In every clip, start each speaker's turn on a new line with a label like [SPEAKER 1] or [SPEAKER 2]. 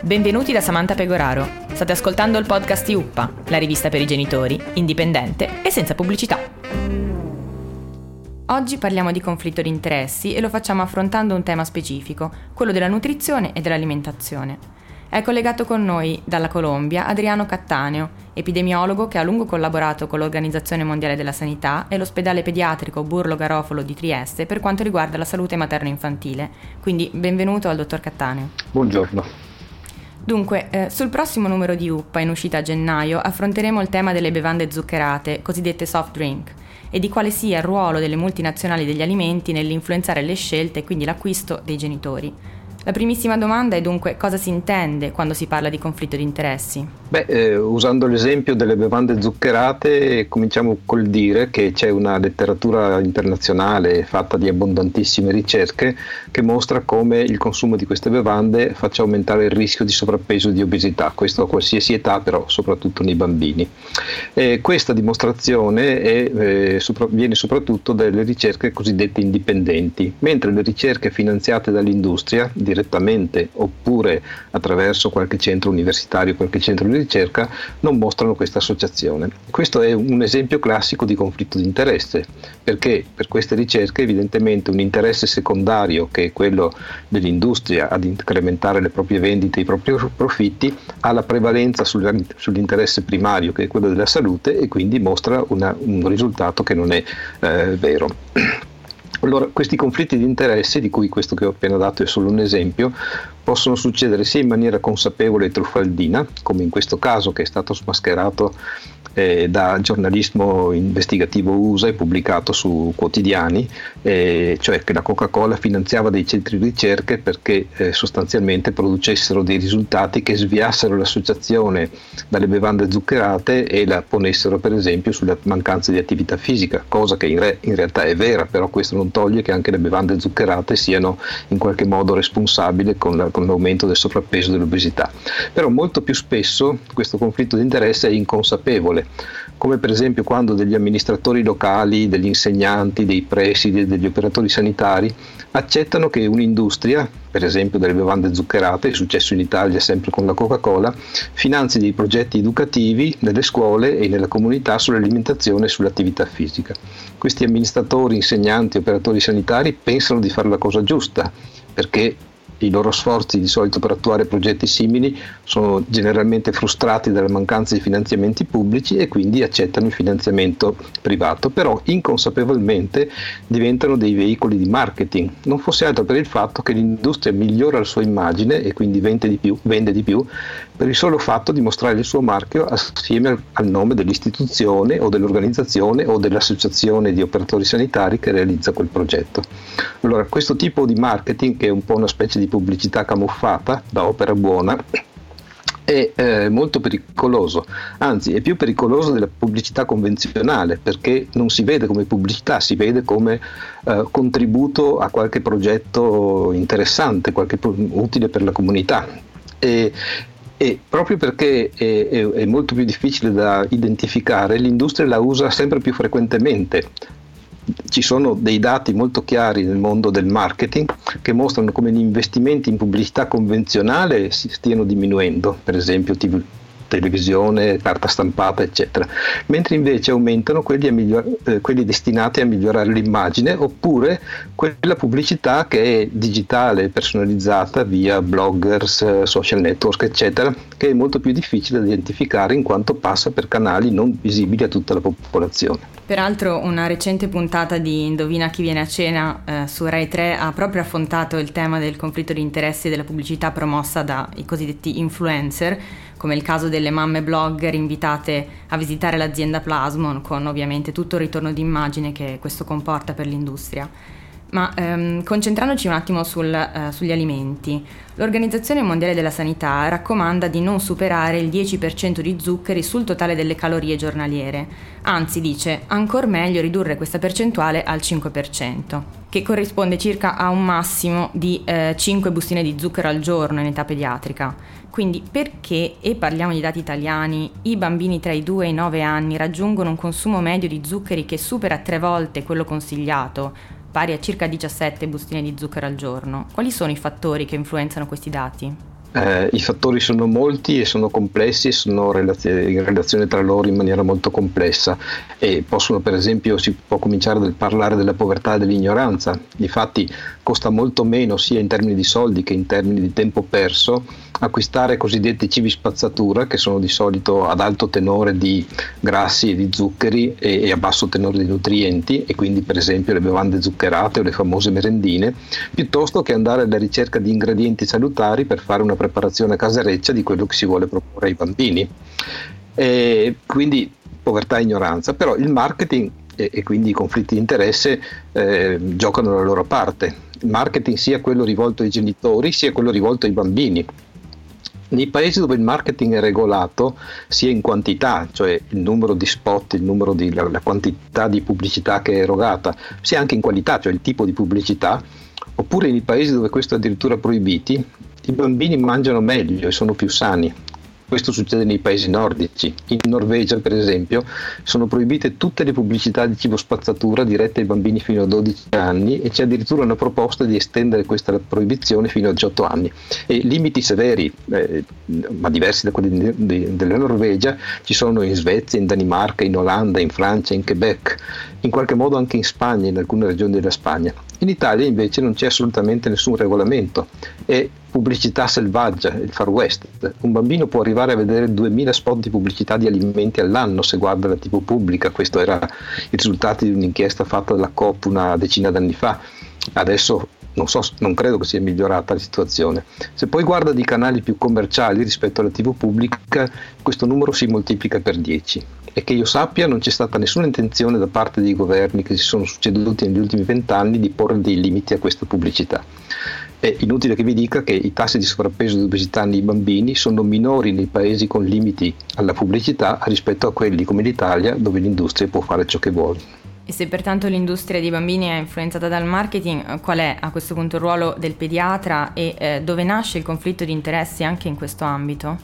[SPEAKER 1] Benvenuti da Samantha Pegoraro. State ascoltando il podcast di Uppa, la rivista per i genitori, indipendente e senza pubblicità. Oggi parliamo di conflitto di interessi e lo facciamo affrontando un tema specifico, quello della nutrizione e dell'alimentazione. È collegato con noi dalla Colombia Adriano Cattaneo, epidemiologo che ha a lungo collaborato con l'Organizzazione Mondiale della Sanità e l'ospedale pediatrico Burlo Garofalo di Trieste per quanto riguarda la salute materno-infantile. Quindi benvenuto al dottor Cattaneo.
[SPEAKER 2] Buongiorno.
[SPEAKER 1] Dunque, sul prossimo numero di Uppa, in uscita a gennaio, affronteremo il tema delle bevande zuccherate, cosiddette soft drink, e di quale sia il ruolo delle multinazionali degli alimenti nell'influenzare le scelte e quindi l'acquisto dei genitori. La primissima domanda è dunque cosa si intende quando si parla di conflitto di interessi?
[SPEAKER 2] Usando l'esempio delle bevande zuccherate, cominciamo col dire che c'è una letteratura internazionale fatta di abbondantissime ricerche che mostra come il consumo di queste bevande faccia aumentare il rischio di sovrappeso e di obesità, questo a qualsiasi età, però soprattutto nei bambini. Questa dimostrazione viene soprattutto dalle ricerche cosiddette indipendenti, mentre le ricerche finanziate dall'industria direttamente oppure attraverso qualche centro universitario, qualche centro di ricerca, non mostrano questa associazione. Questo è un esempio classico di conflitto di interesse, perché per queste ricerche evidentemente un interesse secondario, che è quello dell'industria ad incrementare le proprie vendite e i propri profitti, ha la prevalenza sull'interesse primario, che è quello della salute, e quindi mostra un risultato che non è vero. Allora, questi conflitti di interessi, di cui questo che ho appena dato è solo un esempio, possono succedere sia in maniera consapevole e truffaldina, come in questo caso che è stato smascherato da giornalismo investigativo USA e pubblicato su quotidiani, cioè che la Coca-Cola finanziava dei centri di ricerca perché sostanzialmente producessero dei risultati che sviassero l'associazione dalle bevande zuccherate e la ponessero per esempio sulla mancanza di attività fisica, cosa che in realtà è vera, però questo non toglie che anche le bevande zuccherate siano in qualche modo responsabili con l'aumento del sovrappeso e dell'obesità. Però molto più spesso questo conflitto di interesse è inconsapevole, come per esempio quando degli amministratori locali, degli insegnanti, dei presidi e degli operatori sanitari accettano che un'industria, per esempio delle bevande zuccherate, è successo in Italia sempre con la Coca-Cola, finanzi dei progetti educativi nelle scuole e nella comunità sull'alimentazione e sull'attività fisica. Questi amministratori, insegnanti, operatori sanitari pensano di fare la cosa giusta, perché i loro sforzi di solito per attuare progetti simili sono generalmente frustrati dalla mancanza di finanziamenti pubblici e quindi accettano il finanziamento privato, però inconsapevolmente diventano dei veicoli di marketing, non fosse altro per il fatto che l'industria migliora la sua immagine e quindi vende di più per il solo fatto di mostrare il suo marchio assieme al nome dell'istituzione o dell'organizzazione o dell'associazione di operatori sanitari che realizza quel progetto. Allora, questo tipo di marketing, che è un po' una specie di pubblicità camuffata da opera buona, è molto pericoloso, anzi è più pericoloso della pubblicità convenzionale, perché non si vede come pubblicità, si vede come contributo a qualche progetto interessante, utile per la comunità. E proprio perché è molto più difficile da identificare, l'industria la usa sempre più frequentemente. Ci sono dei dati molto chiari nel mondo del marketing che mostrano come gli investimenti in pubblicità convenzionale si stiano diminuendo, per esempio televisione, carta stampata, eccetera, mentre invece aumentano quelli destinati a migliorare l'immagine, oppure quella pubblicità che è digitale, personalizzata via bloggers, social network, eccetera, che è molto più difficile da identificare in quanto passa per canali non visibili a tutta la popolazione.
[SPEAKER 1] Peraltro una recente puntata di Indovina chi viene a cena su Rai 3 ha proprio affrontato il tema del conflitto di interessi della pubblicità promossa dai cosiddetti influencer, come il caso delle mamme blogger invitate a visitare l'azienda Plasmon, con ovviamente tutto il ritorno d'immagine che questo comporta per l'industria. Ma concentrandoci un attimo sugli alimenti, l'Organizzazione Mondiale della Sanità raccomanda di non superare il 10% di zuccheri sul totale delle calorie giornaliere, anzi dice ancor meglio ridurre questa percentuale al 5%, che corrisponde circa a un massimo di 5 bustine di zucchero al giorno in età pediatrica. Quindi perché, e parliamo di dati italiani, i bambini tra i 2 e i 9 anni raggiungono un consumo medio di zuccheri che supera 3 volte quello consigliato, pari a circa 17 bustine di zucchero al giorno? Quali sono i fattori che influenzano questi dati?
[SPEAKER 2] I fattori sono molti e sono complessi e sono in relazione tra loro in maniera molto complessa e possono, per esempio, si può cominciare dal parlare della povertà e dell'ignoranza. Difatti costa molto meno sia in termini di soldi che in termini di tempo perso acquistare cosiddetti cibi spazzatura, che sono di solito ad alto tenore di grassi e di zuccheri e a basso tenore di nutrienti, e quindi per esempio le bevande zuccherate o le famose merendine, piuttosto che andare alla ricerca di ingredienti salutari per fare una preparazione casereccia di quello che si vuole proporre ai bambini. E quindi povertà e ignoranza, però il marketing e quindi i conflitti di interesse giocano la loro parte. Il marketing sia quello rivolto ai genitori sia quello rivolto ai bambini. Nei paesi dove il marketing è regolato sia in quantità, cioè il numero di spot, la quantità di pubblicità che è erogata, sia anche in qualità, cioè il tipo di pubblicità, oppure nei paesi dove questo è addirittura proibiti, i bambini mangiano meglio e sono più sani. Questo succede nei paesi nordici. In Norvegia, per esempio, sono proibite tutte le pubblicità di cibo spazzatura dirette ai bambini fino a 12 anni e c'è addirittura una proposta di estendere questa proibizione fino a 18 anni. E limiti severi, ma diversi da quelli della Norvegia, ci sono in Svezia, in Danimarca, in Olanda, in Francia, in Quebec, in qualche modo anche in Spagna, in alcune regioni della Spagna. In Italia invece non c'è assolutamente nessun regolamento, è pubblicità selvaggia, il Far West. Un bambino può arrivare a vedere 2000 spot di pubblicità di alimenti all'anno se guarda la TV pubblica. Questo era il risultato di un'inchiesta fatta dalla Coop una decina d'anni fa. Adesso non credo che sia migliorata la situazione. Se poi guarda di canali più commerciali rispetto alla TV pubblica, questo numero si moltiplica per 10. E che io sappia non c'è stata nessuna intenzione da parte dei governi che si sono succeduti negli ultimi 20 anni di porre dei limiti a questa pubblicità. È inutile che vi dica che i tassi di sovrappeso e di obesità nei bambini sono minori nei paesi con limiti alla pubblicità rispetto a quelli come l'Italia, dove l'industria può fare ciò che vuole.
[SPEAKER 1] E se pertanto l'industria dei bambini è influenzata dal marketing, qual è a questo punto il ruolo del pediatra e dove nasce il conflitto di interessi anche in questo ambito?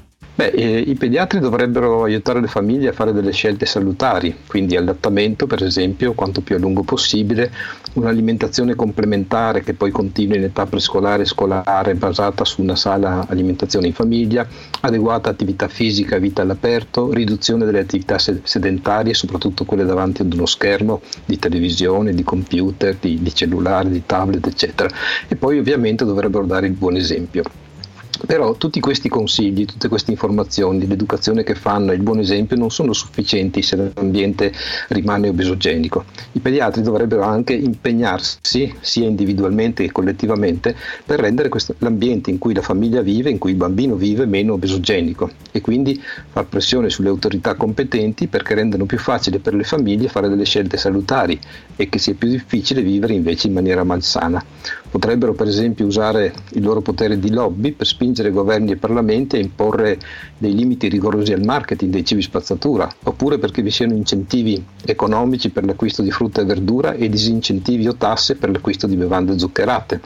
[SPEAKER 2] I pediatri dovrebbero aiutare le famiglie a fare delle scelte salutari, quindi allattamento per esempio quanto più a lungo possibile, un'alimentazione complementare che poi continui in età prescolare e scolare basata su una sana alimentazione in famiglia, adeguata attività fisica e vita all'aperto, riduzione delle attività sedentarie, soprattutto quelle davanti ad uno schermo di televisione, di computer, di cellulare, di tablet eccetera, e poi ovviamente dovrebbero dare il buon esempio. Però tutti questi consigli, tutte queste informazioni, l'educazione che fanno e il buon esempio non sono sufficienti se l'ambiente rimane obesogenico. I pediatri dovrebbero anche impegnarsi, sia individualmente che collettivamente, per rendere l'ambiente in cui la famiglia vive, in cui il bambino vive, meno obesogenico e quindi far pressione sulle autorità competenti perché rendano più facile per le famiglie fare delle scelte salutari e che sia più difficile vivere invece in maniera malsana. Potrebbero per esempio usare il loro potere di lobby per spingere governi e parlamenti a imporre dei limiti rigorosi al marketing dei cibi spazzatura, oppure perché vi siano incentivi economici per l'acquisto di frutta e verdura e disincentivi o tasse per l'acquisto di bevande zuccherate,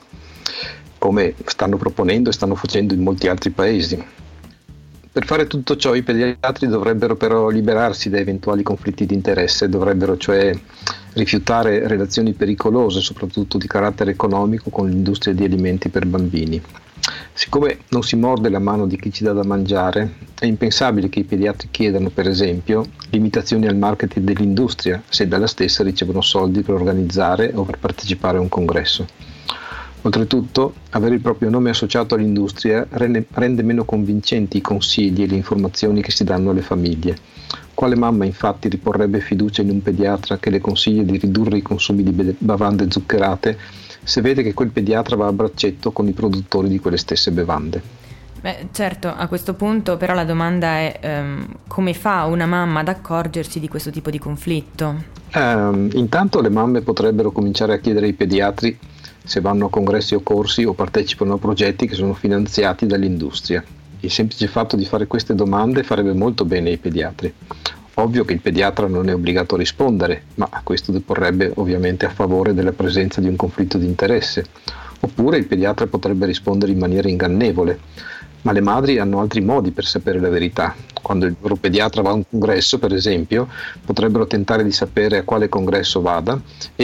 [SPEAKER 2] come stanno proponendo e stanno facendo in molti altri paesi. Per fare tutto ciò i pediatri dovrebbero però liberarsi da eventuali conflitti di interesse, dovrebbero cioè rifiutare relazioni pericolose, soprattutto di carattere economico, con l'industria di alimenti per bambini. Siccome non si morde la mano di chi ci dà da mangiare, è impensabile che i pediatri chiedano, per esempio, limitazioni al marketing dell'industria se dalla stessa ricevono soldi per organizzare o per partecipare a un congresso. Oltretutto, avere il proprio nome associato all'industria rende meno convincenti i consigli e le informazioni che si danno alle famiglie. Quale mamma infatti riporrebbe fiducia in un pediatra che le consiglia di ridurre i consumi di bevande zuccherate se vede che quel pediatra va a braccetto con i produttori di quelle stesse bevande?
[SPEAKER 1] Certo, a questo punto però la domanda è come fa una mamma ad accorgersi di questo tipo di conflitto?
[SPEAKER 2] Intanto le mamme potrebbero cominciare a chiedere ai pediatri se vanno a congressi o corsi o partecipano a progetti che sono finanziati dall'industria. Il semplice fatto di fare queste domande farebbe molto bene ai pediatri. Ovvio che il pediatra non è obbligato a rispondere, ma questo deporrebbe ovviamente a favore della presenza di un conflitto di interesse. Oppure il pediatra potrebbe rispondere in maniera ingannevole. Ma le madri hanno altri modi per sapere la verità. Quando il loro pediatra va a un congresso, per esempio, potrebbero tentare di sapere a quale congresso vada e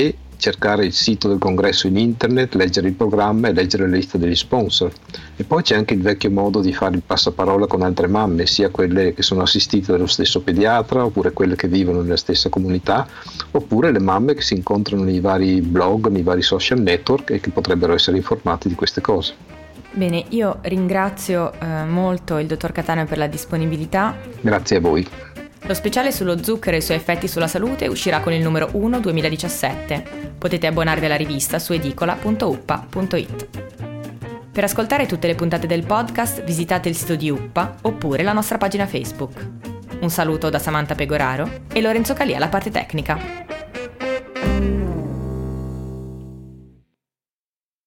[SPEAKER 2] cercare il sito del congresso in internet, leggere il programma e leggere la lista degli sponsor. E poi c'è anche il vecchio modo di fare il passaparola con altre mamme, sia quelle che sono assistite dallo stesso pediatra, oppure quelle che vivono nella stessa comunità, oppure le mamme che si incontrano nei vari blog, nei vari social network e che potrebbero essere informate di queste cose.
[SPEAKER 1] Bene, io ringrazio molto il dottor Cattaneo per la disponibilità.
[SPEAKER 2] Grazie a voi.
[SPEAKER 1] Lo speciale sullo zucchero e i suoi effetti sulla salute uscirà con il numero 1 2017. Potete abbonarvi alla rivista su edicola.uppa.it. Per ascoltare tutte le puntate del podcast visitate il sito di Uppa oppure la nostra pagina Facebook. Un saluto da Samantha Pegoraro e Lorenzo Calì alla parte tecnica.